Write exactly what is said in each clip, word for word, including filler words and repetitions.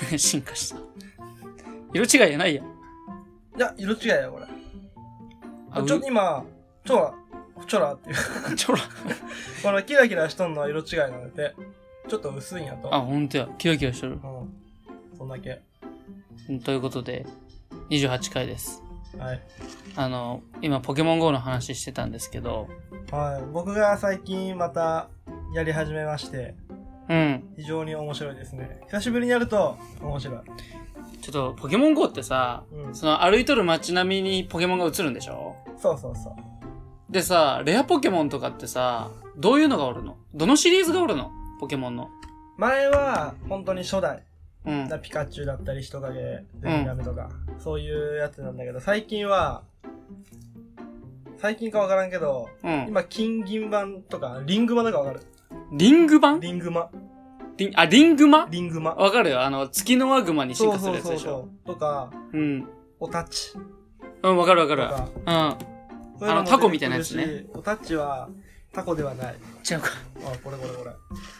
進化した。色違いじゃないやん。 いや、色違いや、これ。 あちょっと今、チョラ、チョラっていう。 ちょら。 このキラキラしとんのは色違いなんで、ちょっと薄いんやと。 あ、ほんとや。キラキラしてる。 うん。そんだけ。 ということで、にじゅうはちかいです。 はい。 あの、今、ポケモン ゴー の話してたんですけど、 はい。僕が最近またやり始めまして、 うん。 非常に面白いですね。久しぶりにやると面白い。 ちょっと、ポケモン ゴー ってさ、 うん、 その歩いとる街並みにポケモンが映るんでしょ？ そうそうそう。 でさ、レアポケモンとかってさ、どういうのがおるの？どのシリーズがおるの？ポケモンの。 前は、本当に初代。 うん。 ピカチュウだったり、人影、ゼニガメとか、うん、そういうやつなんだけど、最近は、最近かわからんけど、うん、今、金銀版とか、リングマとかわかる？ リング版？ リングマ。 リン、あ、リングマ？ リングマ。 わかるよ。あの、月のワグマに進化するやつでしょ。 そうそうそうそう。とか、 うん。 おタッチ。 うん、わかるわかる。うん。あの、タコみたいなやつね。 おタッチは、タコではない。 違うか。 あ、これこれこれ。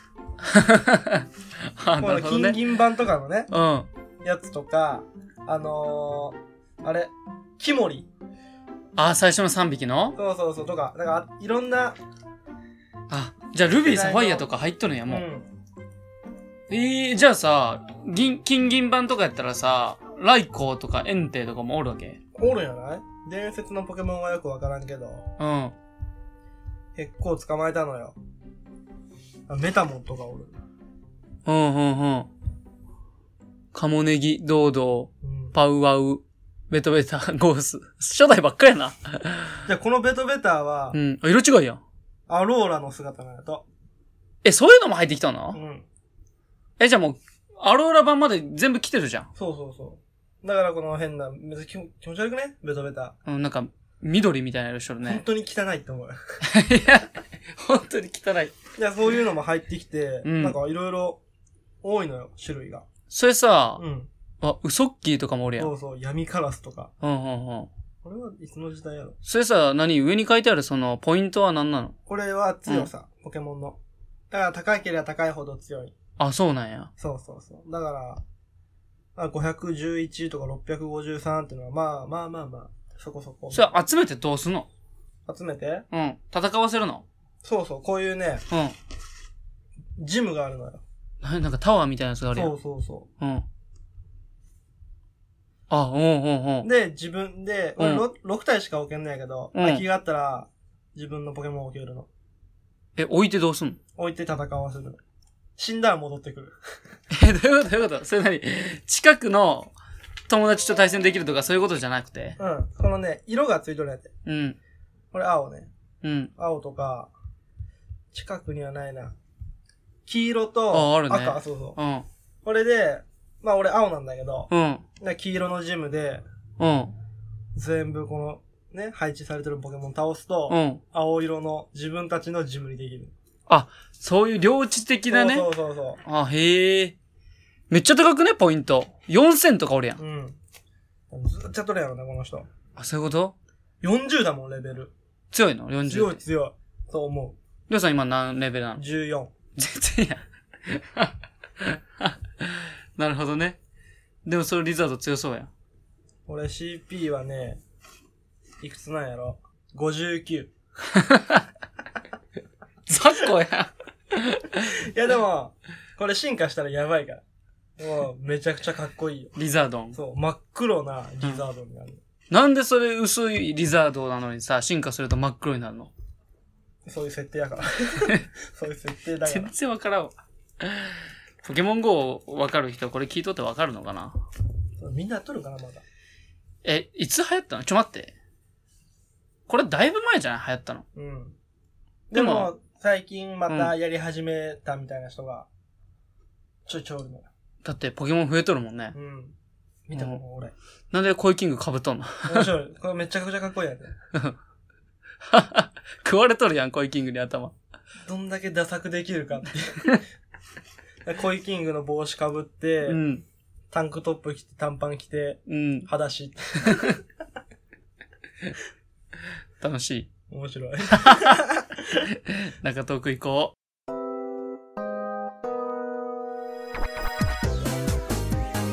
あ、なるほどね。 金銀版とかのね、 うん。 やつとか、あのー、あれ、キモリ。 あ、最初のさんびきの？ そうそうそう、とか、だから、いろんな。 あ、じゃあルビー、サファイアとか入っとるんや、もう。うん、えー、じゃあさ、銀、金銀版とかやったらさ、ライコーとかエンテイとかもおるわけ？ おるんやない？伝説のポケモンはよくわからんけど。 うん。 結構捕まえたのよ。メタモンとかおる。 うんうんうん。カモネギ、ドードー、うん、パウワウ、ベトベタ、ゴース。初代ばっかりやな。 じゃあこのベトベタは、 うん。色違いやん。 アローラの姿なんやと。 え、そういうのも入ってきたの？ うん。 え、じゃあもう、アローラ版まで全部来てるじゃん。 そうそうそう。だからこの変な、めっちゃ気持ち悪くね？ベトベタ。 うん、なんか、緑みたいな色してるね。 本当に汚いって思う。いや、本当に汚い。 いや、そういうのも入ってきて、うん、なんかいろいろ多いのよ、種類が。 それさ、 うん。 あ、ウソッキーとかもおるやん。 そうそう、闇カラスとか。 うんうんうん。 これはいつの時代やろ？ それさ、何？上に書いてあるその、ポイントは何なの？ これは強さ、うん、ポケモンの。だから高いければ高いほど強い。 あ、そうなんや。 そうそうそう。だから、まあ、ごひゃくじゅういちとかろっぴゃくごじゅうさんっていうのは、まあまあまあまあ、そこそこ。 それ集めてどうすんの？ 集めて？ うん。戦わせるの？ そうそう、こういうね、うん。ジムがあるのよ。 な、なんかタワーみたいなやつがあるやん。 そうそうそう。 うん。あ、うんうんうん。 で、自分で、俺 6,、うん、ろく体しか置けんないけど、うん、空きがあったら、自分のポケモンを置けるの。 え、置いてどうすんの？ 置いて戦わせるの。死んだら戻ってくる。 え、どういうことどういうこと？それ何？近くの友達と対戦できるとかそういうことじゃなくて？ うん。このね、色がついとるやつ。 うん。 これ青ね。 うん。 青とか、近くにはないな。黄色と赤、あ、あるね、そうそう。うん。これで、まあ俺青なんだけど、うん。黄色のジムで、うん。全部この、ね、配置されてるポケモン倒すと、うん。青色の自分たちのジムにできる。 あ、そういう領地的なね。 そうそうそうそう。 あ、へえ。めっちゃ高くね、ポイント。よんせんとかおるやん。 うん。ずっとやっとるやろな、この人。 あ、そういうこと？ よんじゅう だもん、レベル。 強いの ?よんじゅう。 強い強い。そう思う。 りょうさん今何レベルなの？ じゅうよん。 全然や。なるほどね。でもそれリザード強そうやん。 俺 シーピー はね、いくつなんやろ ?ごじゅうきゅう。 雑魚やん。 いやでも、これ進化したらやばいから。もうめちゃくちゃかっこいいよ。 リザードン。 そう、真っ黒なリザードンになる、うん。 なんでそれ薄いリザードなのにさ、進化すると真っ黒になるの？ そういう設定やから。そういう設定だから。 全然わからんわ。ポケモン ゴー わかる人、これ聞いとってわかるのかな？ みんなやっとるかな、まだ。 え、いつ流行ったの？ちょ待って。これだいぶ前じゃない？流行ったの。 うん。でも、でも最近またやり始めたみたいな人が、ちょいちょいおるのよ。 だってポケモン増えとるもんね。 うん。見たもん、俺。 なんでコイキング被っとんの？ 面白い。これめちゃくちゃかっこいいやつ。 食われとるやん、コイキングに頭。 どんだけダサくできるかっていう。コイキングの帽子かぶって、うん、タンクトップ着て、短パン着て、うん、裸足。 楽しい。 面白い。 中トーク行こう。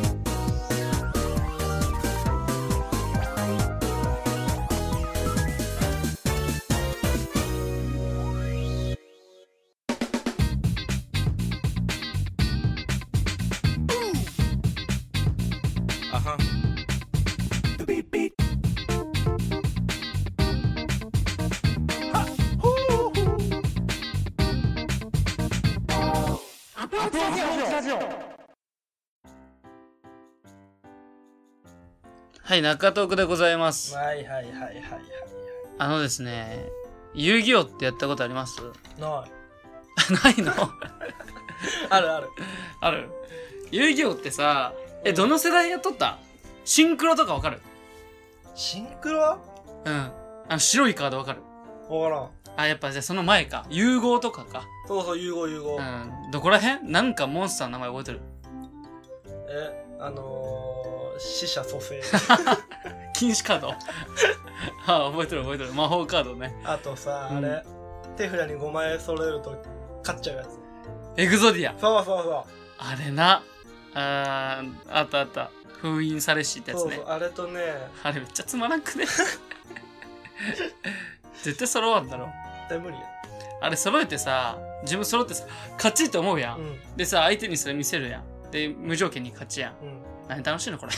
はい、中トークでございます。 はいはいはいはいはい。 あのですね、遊戯王ってやったことあります？ ない。 ないの？ あるある。 ある。遊戯王ってさ、え、どの世代やっとった？シンクロとかわかる？ シンクロ？ うん。あの、白いカードわかる？ わからん。 あ、やっぱじゃあその前か。融合とかか。 そうそう、融合融合。 うん。どこら辺？なんかモンスターの名前覚えてる？ え、あのー、死者蘇生。 禁止カード。あ、覚えてる覚えてる。魔法カードね。 あとさ、うん、あれ、手札にごまい揃えると勝っちゃうやつ。 エグゾディア。 そうそうそう。 あれな。あー、あったあった。封印されしってやつね。 そうそう、あれとね。 あれめっちゃつまらんくね。絶対揃わんだろ。 絶対無理や。 あれ揃えてさ、自分揃ってさ、勝ちって思うやん。うん、でさ、相手にそれ見せるやん。で、無条件に勝ちやん。うん、何楽しいのこれ。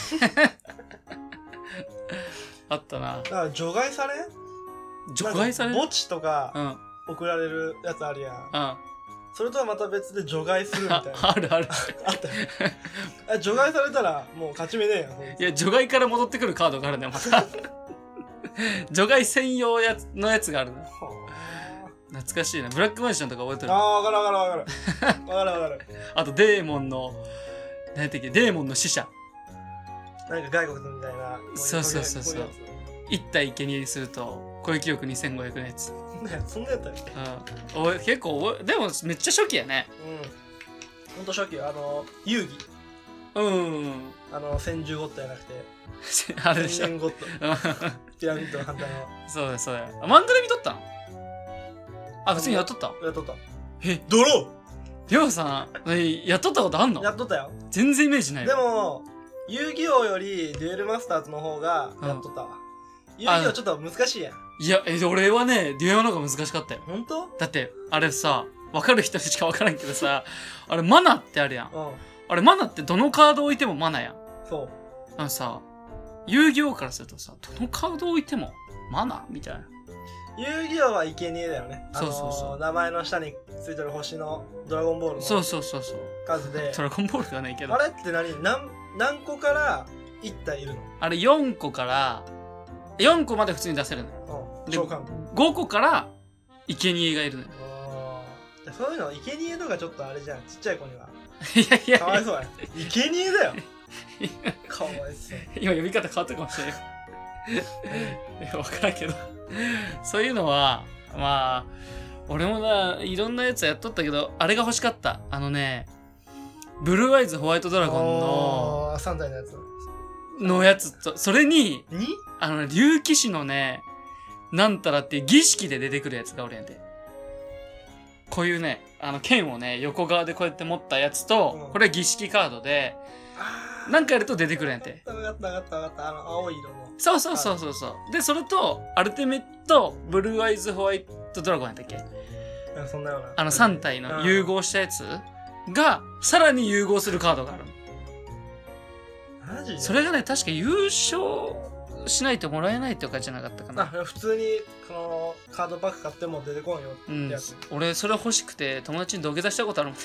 あったな。 だから除外されん？ 除外されん？ 墓地とか送られるやつあるやん。うん。それとはまた別で除外するみたいな。 あるある。 あったよ。除外されたらもう勝ち目ねえよ。 いや、除外から戻ってくるカードがあるね、また。除外専用やつのやつがあるね。懐かしいな。ブラックマンションとか覚えてる？ ああ、わかるわかるわかる。わかるわかる。 あと、デーモンの、何やったっけ、デーモンの使者。 なんか外国みたいな。 そうそうそうそう。一体生贄にすると、攻撃力にせんごひゃくのやつ。 そんなやったっけ？ うん。結構、でもめっちゃ初期やね。 うん。ほんと初期、あの、遊戯。 うん。 あの、先住ゴッドじゃなくて。 あれでしょ。 先年ゴッド。ピラミッドの反対の。 そうだそうだ。マンドレ見とったん？あ、普通にやっとった？ やっとった。 え、 ドロー！りょうさん、やっとったことあんの？ やっとったよ。 全然イメージない。 でも、遊戯王よりデュエルマスターズの方がやっとったわ。遊戯王ちょっと難しいやん。 いや、え、俺はね、デュエルの方が難しかったよ。 ほんと？ だって、あれさ、分かる人にしか分からんけどさ、あれマナってあるやん。 うん。 あれマナってどのカード置いてもマナやん。 そう。 あのさ、遊戯王からするとさ、どのカード置いてもマナみたいな。 遊戯王は生贄だよね。 そうそうそう。 名前の下についてる星のドラゴンボールのそうそうそうそう。 数で。 ドラゴンボールがないけど。 あれって何？何、何個からいち体いるの？ あれよんこから、よんこまで普通に出せるのよ。 うん。召喚。 ごこから生贄がいるのよ。 ああ。そういうの、生贄とかちょっとあれじゃん。ちっちゃい子には。 いやいや。 かわいそうや。生贄だよ。かわいそう。 今呼び方変わったかもしれない。いや、わからんけど。そういうのは、まあ、俺もな、いろんなやつやっとったけど、あれが欲しかった。あのね、ブルーアイズホワイトドラゴンの、 さん体のやつのやつと、それに、 にあの、竜騎士のね、なんたらっていう儀式で出てくるやつがおるやんて。こういうね、あの、剣をね、横側でこうやって持ったやつと、うん、これは儀式カードで、なんかやると出てくるやんて。 わかったわかったわかった。あの、青い色の。 そうそうそうそうそう。で、それと、アルティメット、ブルーアイズホワイトドラゴンやったっけ？ そんなような。 あのさん体の融合したやつが、さらに融合するカードがある。 マジで？ それがね、確か優勝しないともらえないとかじゃなかったかな。 あ、普通に、この、カードパック買っても出てこんよってやつ。 うん。俺、それ欲しくて、友達に土下座したことあるもんね。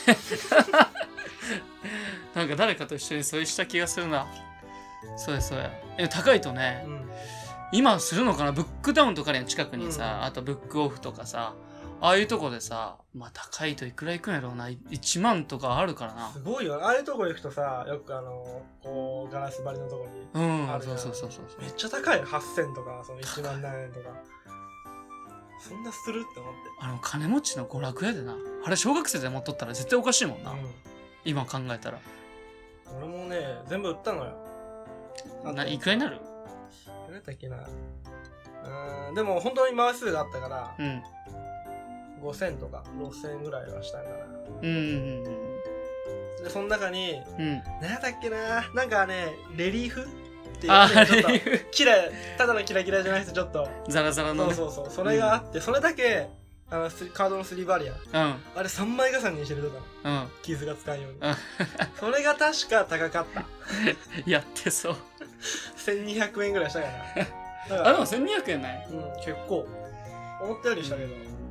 なんか誰かと一緒にそうした気がするな。そうやそうや。え、高いとね、うん、今するのかな？ブックダウンとかの近くにさ、うん、あとブックオフとかさ、ああいうとこでさ、まあ高いといくらいくんやろうな、いちまんとかあるからな。 すごいよ。ああいうとこ行くとさ、よくあの、こう、ガラス張りのとこに。うん、 そうそうそうそう。 めっちゃ高いよ。はっせんとか、そのいちまん何円とか。そんなするって思って。 あの、金持ちの娯楽やでな。あれ、小学生で持っとったら絶対おかしいもんな。うん、今考えたら。 俺もね、全部売ったのよ。 な、いくらになる？ いくらだったっけな。うん、でも本当に枚数があったから、うん、ごせんとかろくせんぐらいはしたんかな。うんうんうん。で、その中に、うん、何だっけな、なんかね、レリーフっていう、ね、ちょっとキラ、ただのキラキラじゃなくてちょっとザラザラの、ね、 そうそうそう、それがあって、うん、それだけあのカードのスリーバリア、うん、あれさんまい重ねにしてるとか、うん、傷がつかんように、うん、それが確か高かったやってそうせんにひゃくえんぐらいしたかな。 あ、でもせんにひゃくえんない、 うん、結構思ったよりしたけど、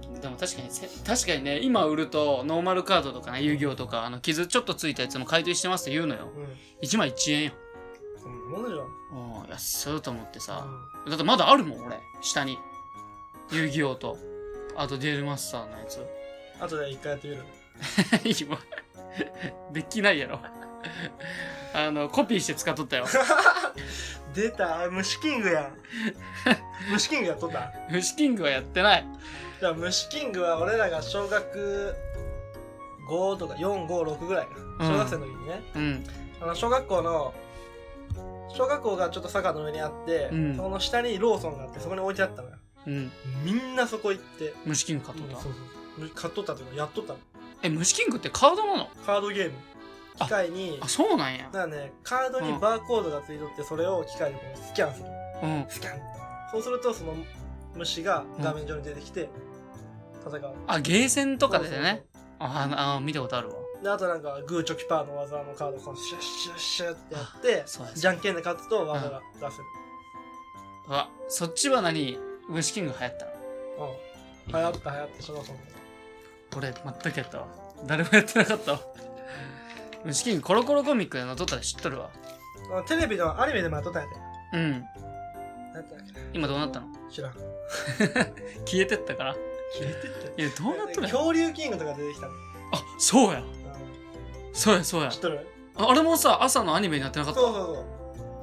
でも確かに確かにね、今売るとノーマルカードとかね、遊戯王とかあの傷ちょっとついたやつも買い取りしてますって言うのよ、うん、いちまいいちえんよ。 そんなもんじゃん。 うん、安いと思ってさ、うん、だってまだあるもん俺下に遊戯王とあとデュエルマスターのやつ。 あとで一回やってみる。 今できないやろ。あのコピーして使っとったよ。 出た、虫キングやん。虫キングやっとった。 虫キングはやってない。 じゃあ虫キングは俺らが小学ごとかよん、ご、ろくぐらいか、うん、小学生の時にね、うん、あの小学校の小学校がちょっと坂の上にあって、うん、その下にローソンがあってそこに置いてあったのよ、うん、みんなそこ行って虫キング買っとった、うん、そうそう買っとったっていうかやっとったの。 え、虫キングってカードなの？ カードゲーム。機械に、 あ、そうなんや。 だからね、カードにバーコードがついとって、それを機械でこうスキャンする。うん。スキャン。そうすると、その虫が画面上に出てきて、戦う。 あ、ゲーセンとかでね。ああ、見たことあるわ。 で、あとなんか、グーチョキパーの技のカードをシュッシュッシュッってやって、じゃんけんで勝つと技が出せる。 うん、あ、そっちは何？虫キング流行ったの？ うん。流行った流行った、そのその。 俺、全くやったわ。誰もやってなかったわ。虫キングコロコロコミックでの撮ったら知っとるわ。 テレビのアニメでもやっとったんやで。うん。 なん今どうなったの？ 知らん。 消えてったから。 消えてった。 いや、どうなったの？ 恐竜キングとか出てきたの。 あ、そうや。うん、そうや、そうや。 知っとる？ あ、あれもさ、朝のアニメになってなかった？ そうそうそう。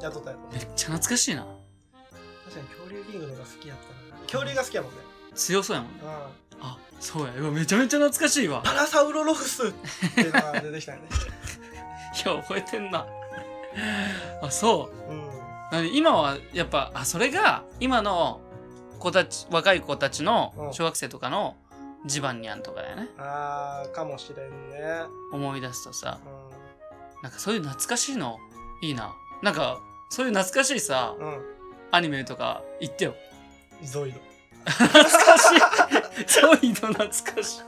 やっとったやつ。 めっちゃ懐かしいな。 確かに恐竜キングのが好きやったな。恐竜が好きやもんね。 強そうやもんね。うん。あ、そうや。うわ、めちゃめちゃ懐かしいわ。 パラサウロロフスっていうのが出てきたよね。 いや、覚えてんな。あ、そう。うん。なに今はやっぱ、あ、それが今の子たち、若い子たちの小学生とかのジバニャンとかだよね。 あー、かもしれんね。 思い出すとさ、うん、なんかそういう懐かしいのいいな。なんかそういう懐かしいさ、うん、アニメとか言ってよ。 ゾイド。 懐かしい。ゾイド懐かしい。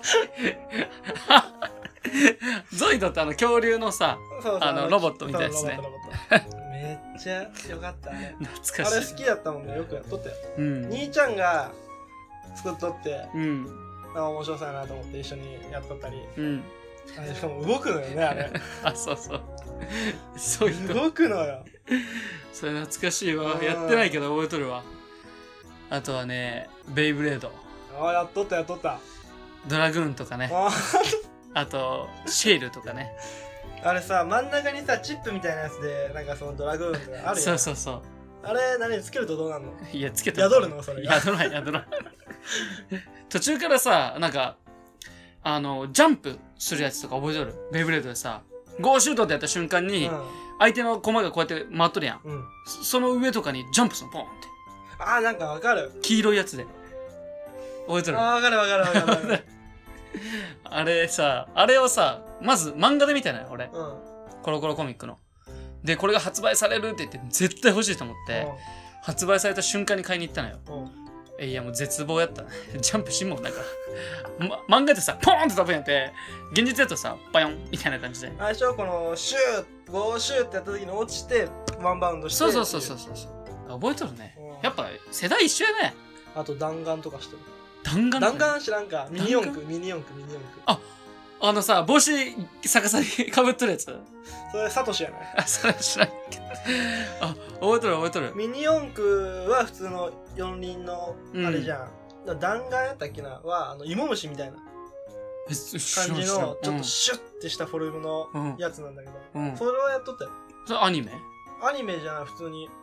ゾイドってあの恐竜のさ、そうそうあのロボットみたいですね。 めっちゃよかったね。 懐かしい。 あれ好きだったもんね。よくやっとったよ。うん、兄ちゃんが作っとって、うん、あ面白そうやなと思って一緒にやっとったり。うん、あれしかも動くのよねあれ。あ、そうそう。そういう動くのよ。 それ懐かしいわ。やってないけど覚えとるわ。あとはね、ベイブレード。 ああ、やっとったやっとった。 ドラグーンとかね。あとシェールとかね。 あれさ、真ん中にさチップみたいなやつでなんかそのドラグーンとかあるやん。 そうそうそう。 あれ何つけるとどうなんの？ いやつけた。 宿るのそれ。 宿らん宿らん。途中からさなんかあのジャンプするやつとか覚えとる？ベイブレードでさ、ゴーシュートってやった瞬間に、うん、相手の駒がこうやって回っとるやん。うん、その上とかにジャンプするのポンって。 あーなんかわかる。 黄色いやつで。覚えとる？ あーわかるわかるわかるわかる。 あれさ、あれをさ、まず漫画で見たのよ、俺。うん、コロコロコミックの。で、これが発売されるって言って、絶対欲しいと思って、うん、発売された瞬間に買いに行ったのよ。うん、え、いや、もう絶望やったね。ジャンプしんもんだから。ま、漫画でさ、ポーンって飛ぶんやって、現実だとさ、バヨンみたいな感じで。 あれでしょ、この、シュー、ゴーシューってやった時に落ちて、ワンバウンドして。 そうそうそうそうそう。覚えとるね。うん、やっぱ、世代一緒やね。 あと、弾丸とかしてる。 弾丸弾丸知らんか。ミニ四駆ミニ四駆ミニ四駆。 あ、あのさ帽子逆さにかぶっとるやつ。 それサトシやない。 あ、それ知らんけど。あ、覚えとる覚えとる。 ミニ四駆は普通の四輪のあれじゃん、うん、弾丸やったっけなはあの芋虫みたいな感じのちょっとシュッてしたフォルムのやつなんだけど、うん、それをやっとったよ。 それアニメ？ アニメじゃない普通に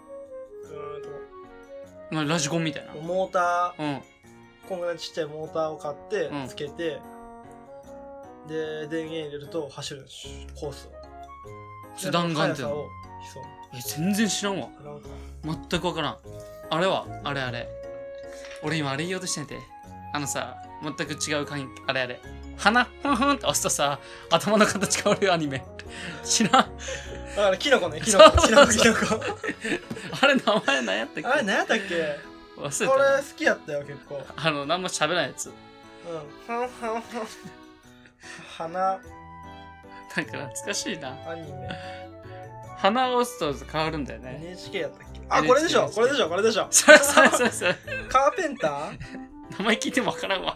うーんとラジコンみたいなモーター、うんこんぐらいちっちゃいモーターを買ってつけて、うん、で電源入れると走るコースを。弾丸っての？ え全然知らんわ。全く分からん。あれはあれあれ。俺今あれ言おうとしてんて。あのさ全く違う感じ。あれあれ。鼻ふんふんって押すとさ頭の形変わるアニメ。知らん。だからキノコねキノコキノコキノコ。 あれ名前何やったっけ？ あれ何やったっけ？ 忘れた。 これ好きやったよ結構。 あの何も喋らないやつ。うん。 鼻。 なんか懐かしいな。 アニメ。 鼻を押すと変わるんだよね。 エヌエイチケー やったっけ？あ、これでしょこれでしょこれでしょ。 それそれそれそれ。 カーペンター？ 名前聞いてもわからんわ。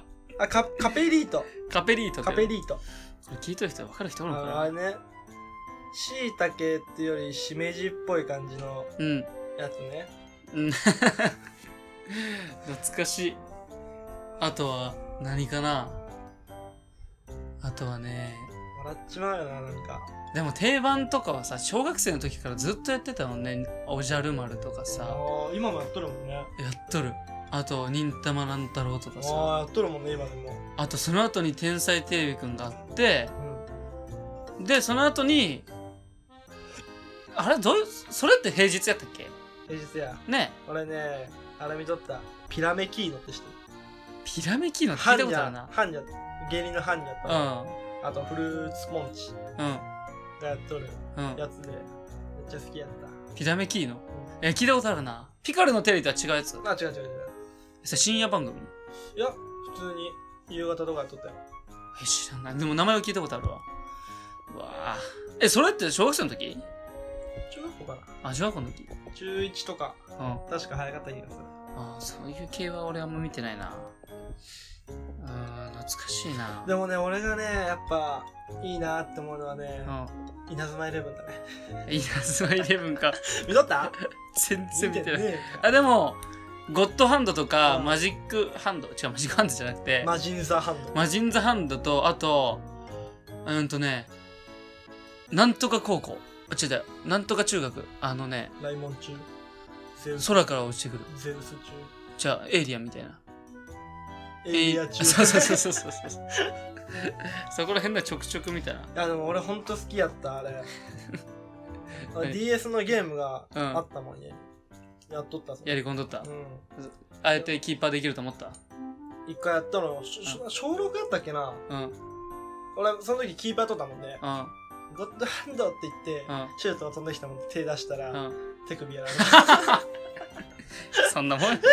あ、カカペリート。 カペリート。 カペリート。 聞いとる人分かる人おるのかな。 あれね。しいたけっていうよりしめじっぽい感じのやつね。 うん。懐かしい。あとは何かな。あとはね。 笑っちまうよな、なんか。 でも定番とかはさ、小学生の時からずっとやってたもんね。おじゃる丸とかさ。 ああ、今もやっとるもんね。やっとる。あと、忍たま乱太郎とかさ。 ああ、やっとるもんね、今でも。 あと、その後に天才テレビくんがあって、うん、で、その後に、あれどういう、それって平日やったっけ？ 平日や。 ね。 俺ね、あれ見とった。ピラメキーノって知ってる？ ピラメキーノって聞いたことあるな。 ハンジャ、芸人のハンジャと、うん、あとフルーツポンチ。うん。がやっとるやつで、めっちゃ好きやった。 ピラメキーノ、うん、え、聞いたことあるな。ピカルのテレビとは違うやつ？ あ、違う違う違う。 それ深夜番組？ いや、普通に夕方とかやっとったよ。 え、知らない。でも名前は聞いたことあるわ。うわぁ。え、それって小学生の時？ 中学校かな。 あ、中学校の時？ 中いちとか。うん。確か早かった気がする。 ああ、そういう系は俺あんま見てないな。うん、懐かしいな。 でもね、俺がね、やっぱいいなって思うのはね、うん、稲妻イレブンだね。 稲妻イレブンか。 見とった？ 全然見てない。あ、でも、ゴッドハンドとか、マジックハンド、違う、マジックハンドじゃなくて、 マジンザハンド。 マジンザハンドと、あと、うんとね、なんとか高校。違う違う、なんとか中学。あのね、 ライモン中。 空から落ちてくる。 ゼウス中。 じゃあ、エイリアンみたいな。 エイリア中。 そうそうそうそうそう。そこら辺のちょくちょくみたいな。いや、でも俺ほんと好きやった、あれ。ディーエス のゲームがあったもんね。やっとったぞ。 やり込んどった。うん。あえてキーパーできると思った？ 一回やったの、小ろくやったっけな。うん。俺、その時キーパー取ったもんね。うん。ゴッドハンドって言って、うん、シュートが飛んできたもん手出したら、うん、手首やられた。 そんなもんや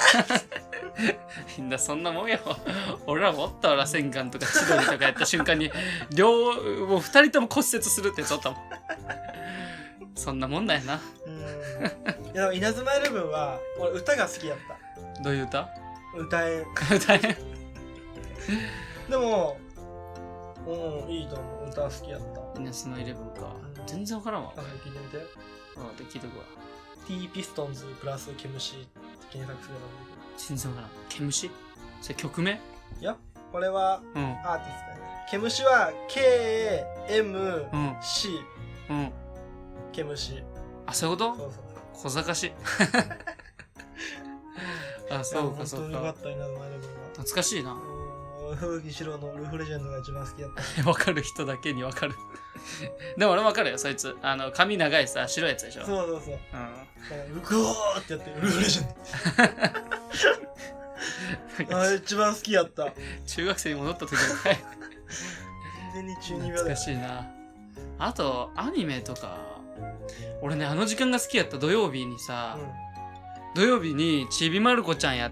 みんなそんなもんやわ。俺らもおったわ、螺旋丸とか千鳥とかやった瞬間に両もう二人とも骨折するってやつおったもん。そんなもんだよな。 うん。いやでも稲妻イレブンは俺歌が好きやった。 どういう歌？ 歌えん。 歌えん。 でもうん、いいと思う。歌好きやった。 稲妻イレブンか、うん、全然わからんわ。 あ、聞いてみて。 あ、で聞いとくわ。 T ピストンズプラスケムシって検索すればいい。 全然わからん。ケムシ？それ曲名？ いや、これはアーティストやね。ケムシは ケーエムシー。うん。ケムシ。 あ、そういうこと？ そうそうそう。 小賢しい。あ、そうかそうか。 本当によかった、稲妻イレブンは。 懐かしいな。 風紀四郎のルフレジェンドが一番好きだった。 分かる人だけに分かる。でも俺分かるよ、そいつ。あの、髪長いさ、白いやつでしょ。 そうそうそう。うん。グオーってやってる、ルフレジェンド。あ、一番好きやった。 中学生に戻った時の回。 完全に中二病だよ。 懐かしいな。あと、アニメとか。俺ね、あの時間が好きやった。土曜日にさ、うん、土曜日にちびまる子ちゃんやって、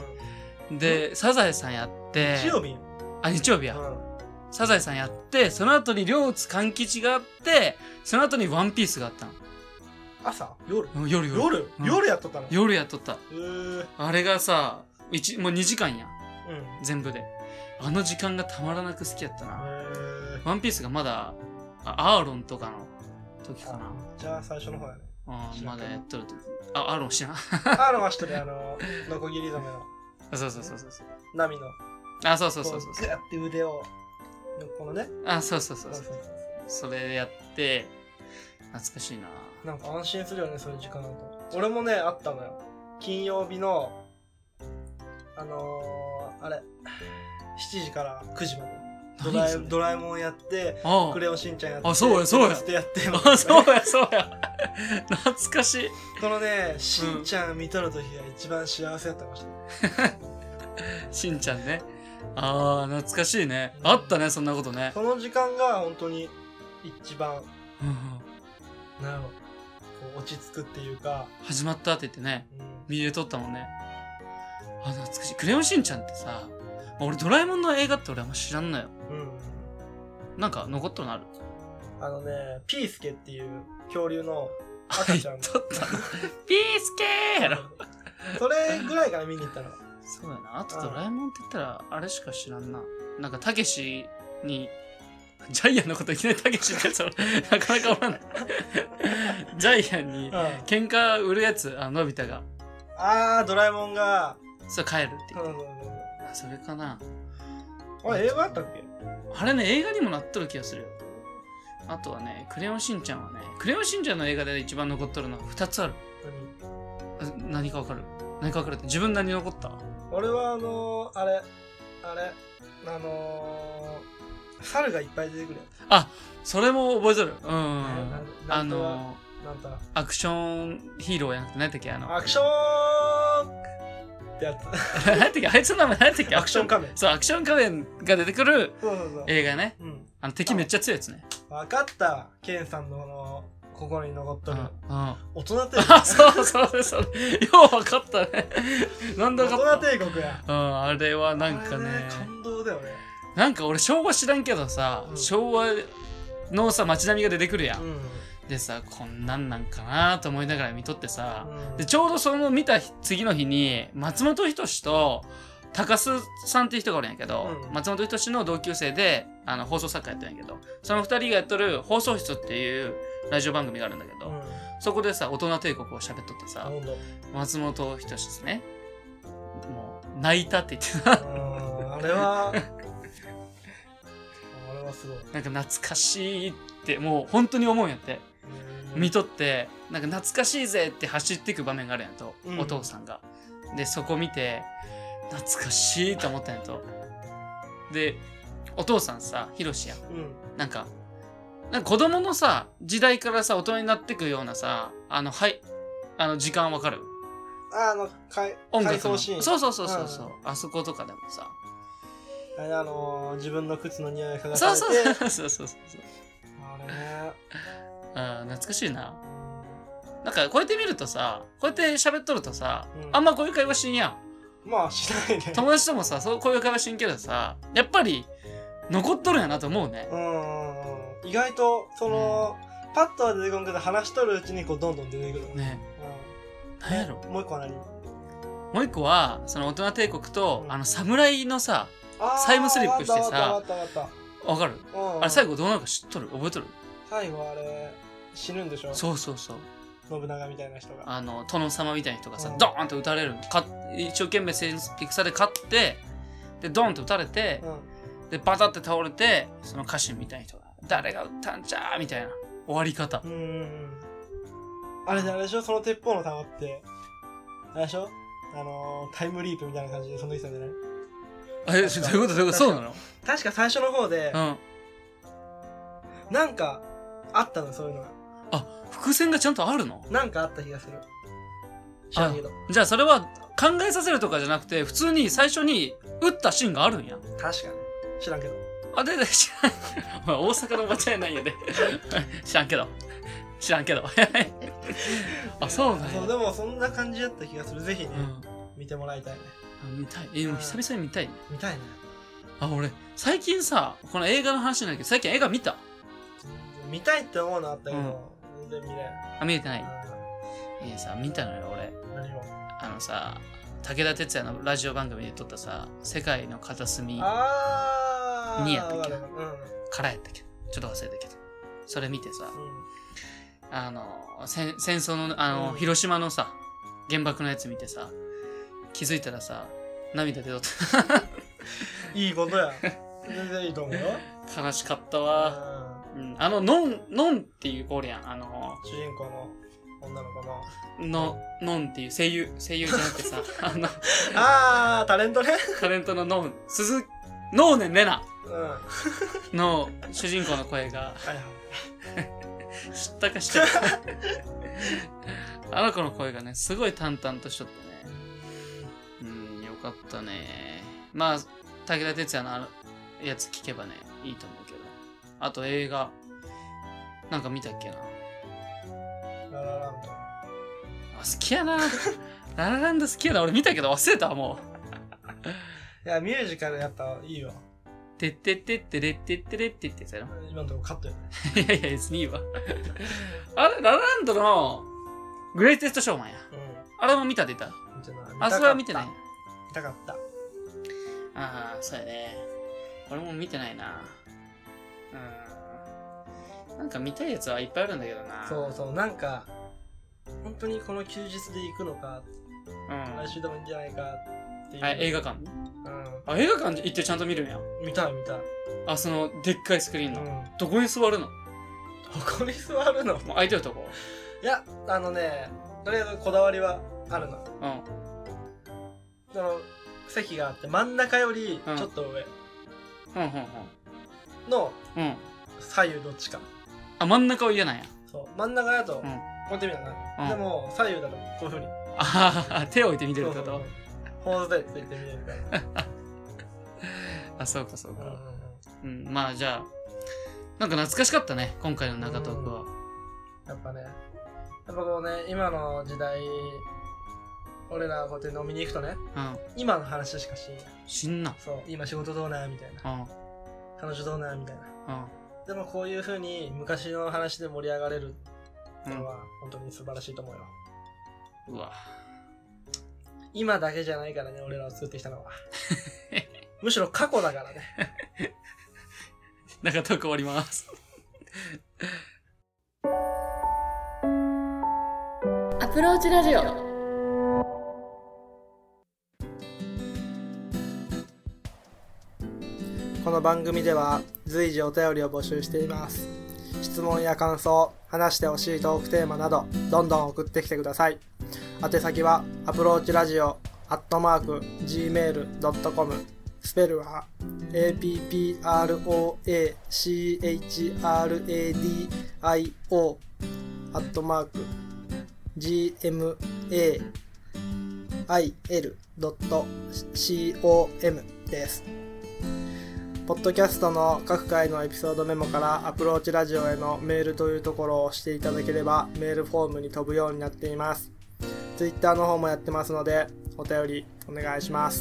うん、で、うん、サザエさんやって、 日曜日あ、日曜日や。うん、サザエさんやって、その後に両津勘吉があって、その後にワンピースがあったの。 朝夜夜夜夜、うん、夜やっとったの夜やっとった。 へー。 あれがさ、一もうにじかんやん。うん。全部で。あの時間がたまらなく好きやったな。へー。ワンピースがまだ、あアーロンとかの時かな。 じゃあ最初の方やね。 うん、まだやっとる時。あ、アーロン知らん。 アーロンは一人、あの、ノコギリ染めの。 そうそうそうそう。 ナミの。 あ、そうそうそうそう。 グッて腕を、このね。 あ、そうそうそうそう。それやって、懐かしいな。 なんか安心するよね、そういう時間だと。俺もね、あったのよ。金曜日の、あのー、あれ、しちじからくじまで。ドラえドラえもんやって、クレヨンしんちゃんやって、 あ、そうや、そうや。 やって、 あ、そうや、そうや。懐かしい。 このね、しんちゃん見とる時が一番幸せだったかもしれない。 しんちゃんね。ああ、懐かしいね。うん、あったね、そんなことね。 その時間が本当に一番、うん、なんやろ、こう落ち着くっていうか。 始まったって言ってね、うん、見れとったもんね。あ、懐かしい。クレヨンしんちゃんってさ、俺ドラえもんの映画って俺あんま知らんのよ。うん。なんか残っとるのある？ あのね、ピースケっていう恐竜の赤ちゃん。 とった。ピースケーやろ。 それぐらいから見に行ったの。 そうやな。あとドラえもんって言ったらあれしか知らんな。なんかたけしにジャイアンのこといきなりたけしってやつなかなかおらんジャイアンに喧嘩売るやつ、あののび太が、 あードラえもんがそう帰るって言って、あそれかな。 あれ映画あったっけ？ あれね、映画にもなっとる気がするよ。あとはね、クレヨンしんちゃんはね、クレヨンしんちゃんの映画で一番残っとるのはふたつある。何？何かわかる？何かわかるって、自分何残った？俺はあのー、あれあれあのー、猿がいっぱい出てくるやつ。 あ、それも覚えとる。うん。あのー、なんだアクションヒーローやんって何やったっけ、あのアクションってやつ何やったっけ、あいつの名前何やったっけ、 アクション仮面。 そう、アクション仮面が出てくるそうそうそう映画ね。うん、あの敵めっちゃ強いやつね。 分かった。ケンさんのこの心に残っとる、うん、大人帝国。 あ、そうそうそう、よう分かったねなんだか大人帝国や。 うん、あれはなんか ね, ね感動だよね。 なんか俺昭和知らんけどさ、うん、昭和のさ街並みが出てくるやん、うん、でさ、こんなんなんかなと思いながら見とってさ、うん、でちょうどその見た次の日に松本人志と高須さんっていう人がおるんやけど、うん、松本人志の同級生であの放送作家やってるんやけど、そのふたりがやっとる放送室っていうラジオ番組があるんだけど、うん、そこでさ大人帝国を喋っとってさ、松本人志ですね、もう泣いたって言ってた。 あれはあれはすごいなんか懐かしいってもう本当に思うんやって、見とってなんか懐かしいぜって走っていく場面があるんやと、うん、お父さんが。でそこ見て懐かしいと思ったんやと。でお父さんさヒロシや、うん、なんかなんか子供のさ時代からさ大人になってくようなさ、あのはいあの時間わかる？ あのかい音楽のシーン、 そうそうそうそうそう、うん、あそことかでもさ、 あれあのー、自分の靴の匂いが嗅がされて、 そうそうそうそうそう、 あれね、 あ懐かしいな。なんかこうやって見るとさ、こうやって喋っとるとさ、うん、あんまこういう会話しんやん。 まあしないね。 友達ともさ、そうこういう会話しんけどさ、やっぱり残っとるんやなと思うね。 うん、意外とその、うん、パッとは出てこんけど話しとるうちにこうどんどん出てくるね。 うん、何やろ。 もう一個は何？ もう一個はその大人帝国と、うん、あの侍のさタイムスリップしてさ、わかる？うんうん、あれ最後どうなるか知っとる？覚えとる？ 最後あれ死ぬんでしょ？ そうそうそう。 信長みたいな人が、 あの殿様みたいな人がさ、うん、ドーンと撃たれるの。か一生懸命戦で勝ってでドーンと撃たれて、うん、でバタって倒れて、その家臣みたいな人が誰が撃ったんじゃーみたいな終わり方。うんうん、 あれであれでしょ、その鉄砲の弾ってあれでしょ、あのー、タイムリープみたいな感じでその人じゃない？ あれどういうことどういうこと？そうなの？ 確か最初の方で、 うん、 なんかあったの、そういうのが。 あ、伏線がちゃんとあるの？ なんかあった気がする。知らんけど。 じゃあそれは考えさせるとかじゃなくて、普通に最初に撃ったシーンがあるんや。 確かに。知らんけど。 あ、で、で、知らん。大阪のおばちゃんやないんやで。知らんけど。知らんけど。あ、そうだね。 そう、でもそんな感じだった気がする。ぜひね、うん、見てもらいたいね。 あ、見たい。え、もう久々に見たいね。 見たいね。 あ、俺、最近さ、この映画の話なんだけど、最近映画見た？ 見たいって思うのあったけど、うん、全然見れない。 あ、見れてない。いやさ、見たのよ、俺。 何を？ あのさ、武田鉄矢のラジオ番組で撮ったさ、世界の片隅にやったっけ、うん、からやったっけ、ちょっと忘れたけど、それ見てさ、うん、あの戦争のあの、うん、広島のさ原爆のやつ見てさ、気づいたらさ涙出とったいいことや、全然いいと思うよ。 悲しかったわ、うん、あのノンノンっていう子おるやん、あの主人公の女の子ののノンっていう声優声優じゃなくてさあのあータレントねタレントのノン鈴ノーネンレナ、 うん、 の主人公の声がはい、はい、 知ったか知ったかあの子の声がねすごい淡々としとってね、うんよかったね。まあ武田鉄矢のあのやつ聞けばねいいと思うけど、あと映画なんか見たっけな。 ララランド。 あ、好きやなララランド好きやな。俺見たけど忘れたわもう。いやミュージカルやったらいいよ。 てってってってれってってれってってやつやろ。 今のとこカットやねいやいや別にいいわあれララランドのグレイテストショーマンや、うん、あれも見たって言った？あそれは見てない。 見たかった。 ああ、そうやね。俺も見てないな。うん。なんか見たいやつはいっぱいあるんだけどな。 そうそう、なんか、本当にこの休日で行くのか、うん、来週でもいいんじゃないかっていう。 あ、映画館？うん。あ、映画館行ってちゃんと見るんや。 見たい見たい。 あ、その、でっかいスクリーンの。うん、どこに座るの？ どこに座るの？ もう空いてるとこ？ いや、あのね、とりあえずこだわりはあるの。うん。その、席があって真ん中よりちょっと上。うん、うん、うん。の、うん。左右どっちか。 あ、真ん中は嫌なんや。 そう。真ん中だと、こうやってみたいな。でも、左右だとこういう風に。 ああ、手を置いて見てるってこと？ ポーズでついて見えるから。 あ、そうかそうか。うん、うん、まあじゃあ、なんか懐かしかったね、今回の中トークは。 やっぱね、やっぱこうね、今の時代、俺らこうやって飲みに行くとね、うん、今の話しかしんや。 しんな。 そう、今仕事どうなみたいな。うん、彼女どうなみたいな。うん、でもこういう風に昔の話で盛り上がれるってのは本当に素晴らしいと思うよ。うわ。今だけじゃないからね、俺らを作ってきたのは。むしろ過去だからね。 中トーク終わります。 アプローチラジオ。 この番組では随時お便りを募集しています。質問や感想、話してほしいトークテーマなどどんどん送ってきてください。宛先はアプローチラジオアットマーク ジーメールドットコム、 スペルは エーピーピーアールオーエーシーエイチアールエーディーアイオー アットマーク ジーエムエーアイエルドットコム です。ポッドキャストの各回のエピソードメモからアプローチラジオへのメールというところを押していただければメールフォームに飛ぶようになっています。ツイッターの方もやってますのでお便りお願いします。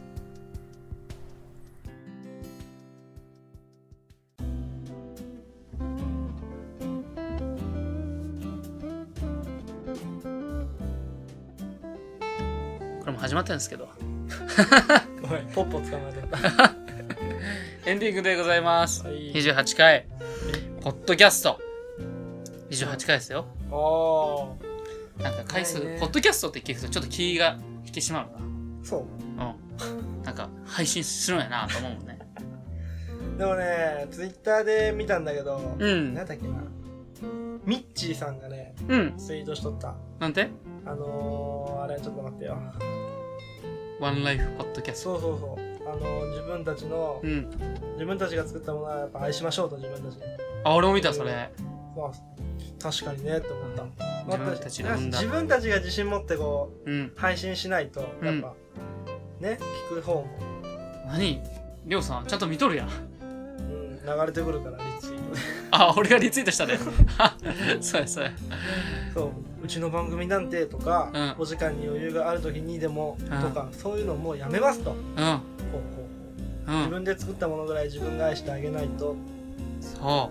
これも始まったんですけどごめん、ポッポ捕まえてたエンディングでございます、はい、にじゅうはちかいポッドキャストにじゅうはちかいですよ。おー、なんか回数、ね、ポッドキャストって聞くとちょっと気が引き締まるな。 そう、 うん、なんか配信するんやなと思うもんね。 でもね、ツイッターで見たんだけど、うん、なんだっけな、ミッチーさんがね、うん、ツイートしとった。 なんて？ あのー、あれちょっと待ってよ。 ワンライフポッドキャスト。そうそうそう。あのー、自分たちの、うん、自分たちが作ったものはやっぱ愛しましょうと、自分たち。 あ、俺も見たそれ。 まあ、確かにねって思った。うん、 自分たちが生んだ。 自分たちが自信持ってこう、うん、配信しないとやっぱ、うん、ね、聞く方も。 何？りょうさんちゃんと見とるやん。 うん、流れてくるからリツイートで。 あ、俺がリツイートしたね。そうやそうや。 そう、うちの番組なんてとか、うん、お時間に余裕がある時にでも、うん、とかそういうのもうやめますと。うん。ほうほうほう。うん、自分で作ったものぐらい自分が愛してあげないと。そう。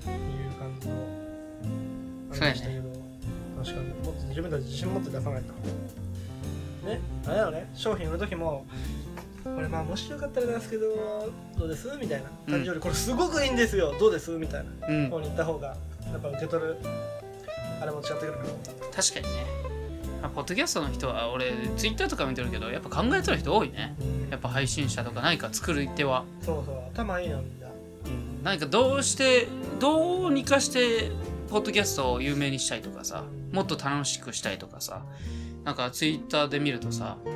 いう感じのあれでしたけど、ね、確かにもっと自分たち自信持って出さないと。ね、あれだよね、商品売る時も。これまあもしよかったらなんですけどどうですみたいな感じより、これすごくいいんですよどうですみたいな方に言った方がやっぱ受け取るあれも違ってくるから。 確かにね、まあ、ポッドキャストの人は俺ツイッターとか見てるけどやっぱ考えてる人多いね、うん、やっぱ配信者とか何か作る手は。 そうそう、頭いいよみんな、うん、 何かどうしてどうにかしてポッドキャストを有名にしたいとかさ、うん、もっと楽しくしたいとかさ、なんかツイッターで見るとさ、うん、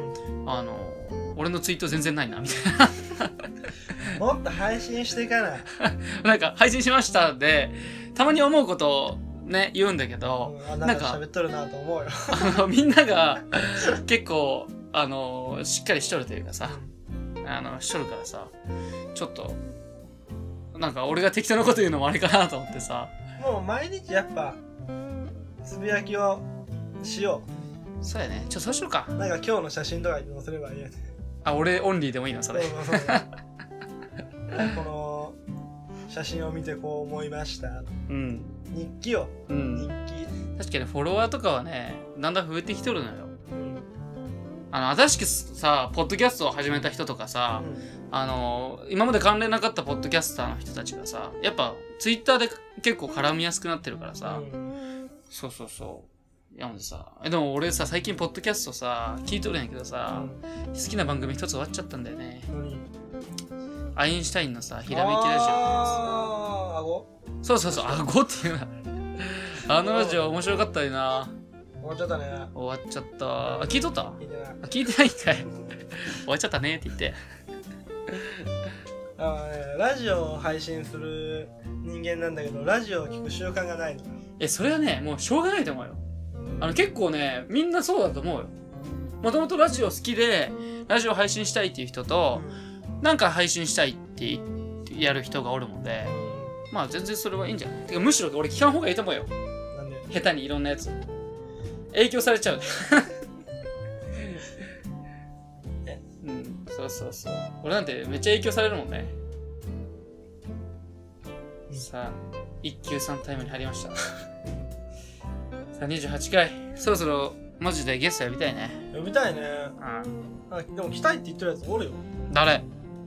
あの俺のツイート全然ないなみたいな。もっと配信していかない。 なんか配信しましたでたまに思うことをね言うんだけど、 うん、なんか喋っとるなと思うよ。 あのみんなが結構あのしっかりしとるというかさ、あのしとるからさ、ちょっとなんか俺が適当なこと言うのもあれかなと思ってさ。 もう毎日やっぱつぶやきをしよう。そうやね、ちょっとそうしようか。 なんか今日の写真とかに載せればいいやつ。 あ、俺オンリーでもいいのそれ。そうそうそうこの写真を見てこう思いました、うん、日記よ、うん、日記。 確かにフォロワーとかはねだんだん増えてきとるのよ、うん、 あの新しくさポッドキャストを始めた人とかさ、うん、あの今まで関連なかったポッドキャスターの人たちがさやっぱツイッターで結構絡みやすくなってるからさ、うん、そうそうそういやもうさえでも俺さ最近ポッドキャストさ聞いとるんやけどさ、うん、好きな番組一つ終わっちゃったんだよね、うん、アインシュタインのさひらめきラジオあーあごそうそうそうあごっていうなあのラジオ面白かったよな終わっちゃったね終わっちゃったあ聞いとった聞いてない聞いてないんかい終わっちゃったねって言ってあのねラジオを配信する人間なんだけどラジオを聞く習慣がないのえそれはねもうしょうがないと思うよあの結構ねみんなそうだと思うよもともとラジオ好きでラジオ配信したいっていう人と、うん、なんか配信したいってやる人がおるもんでまあ全然それはいいんじゃないてかむしろ俺聞かん方がいいと思うよなんで下手にいろんなやつ影響されちゃうえうんそうそうそう俺なんてめっちゃ影響されるもんね、うん、さあ一級さんタイムに入りましたさあにじゅうはちかいそろそろマジでゲスト呼びたいね呼びたいねうんあでも来たいって言ってるやつおるよ誰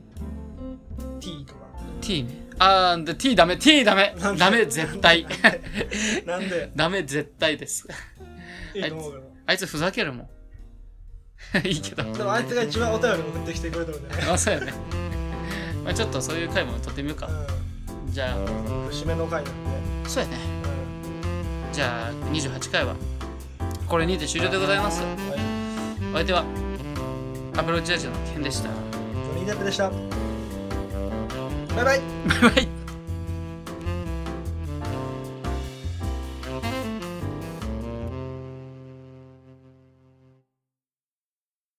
T とか T ねあーで T ダメ T ダメダメ絶対なんでダメ絶対ですいいと思うけどあいつふざけるもんいいけどでもあいつが一番お便り送ってきてくれたのでねあそうやねまあちょっとそういう回も撮ってみようか、うん、じゃあ節目の回なんでそうやね、うん、じゃあにじゅうはちかいはこれにて終了でございます、はい、お相手はアプローチラジオのケンでした。 ジョニー・デップでした。バイバイバイバイ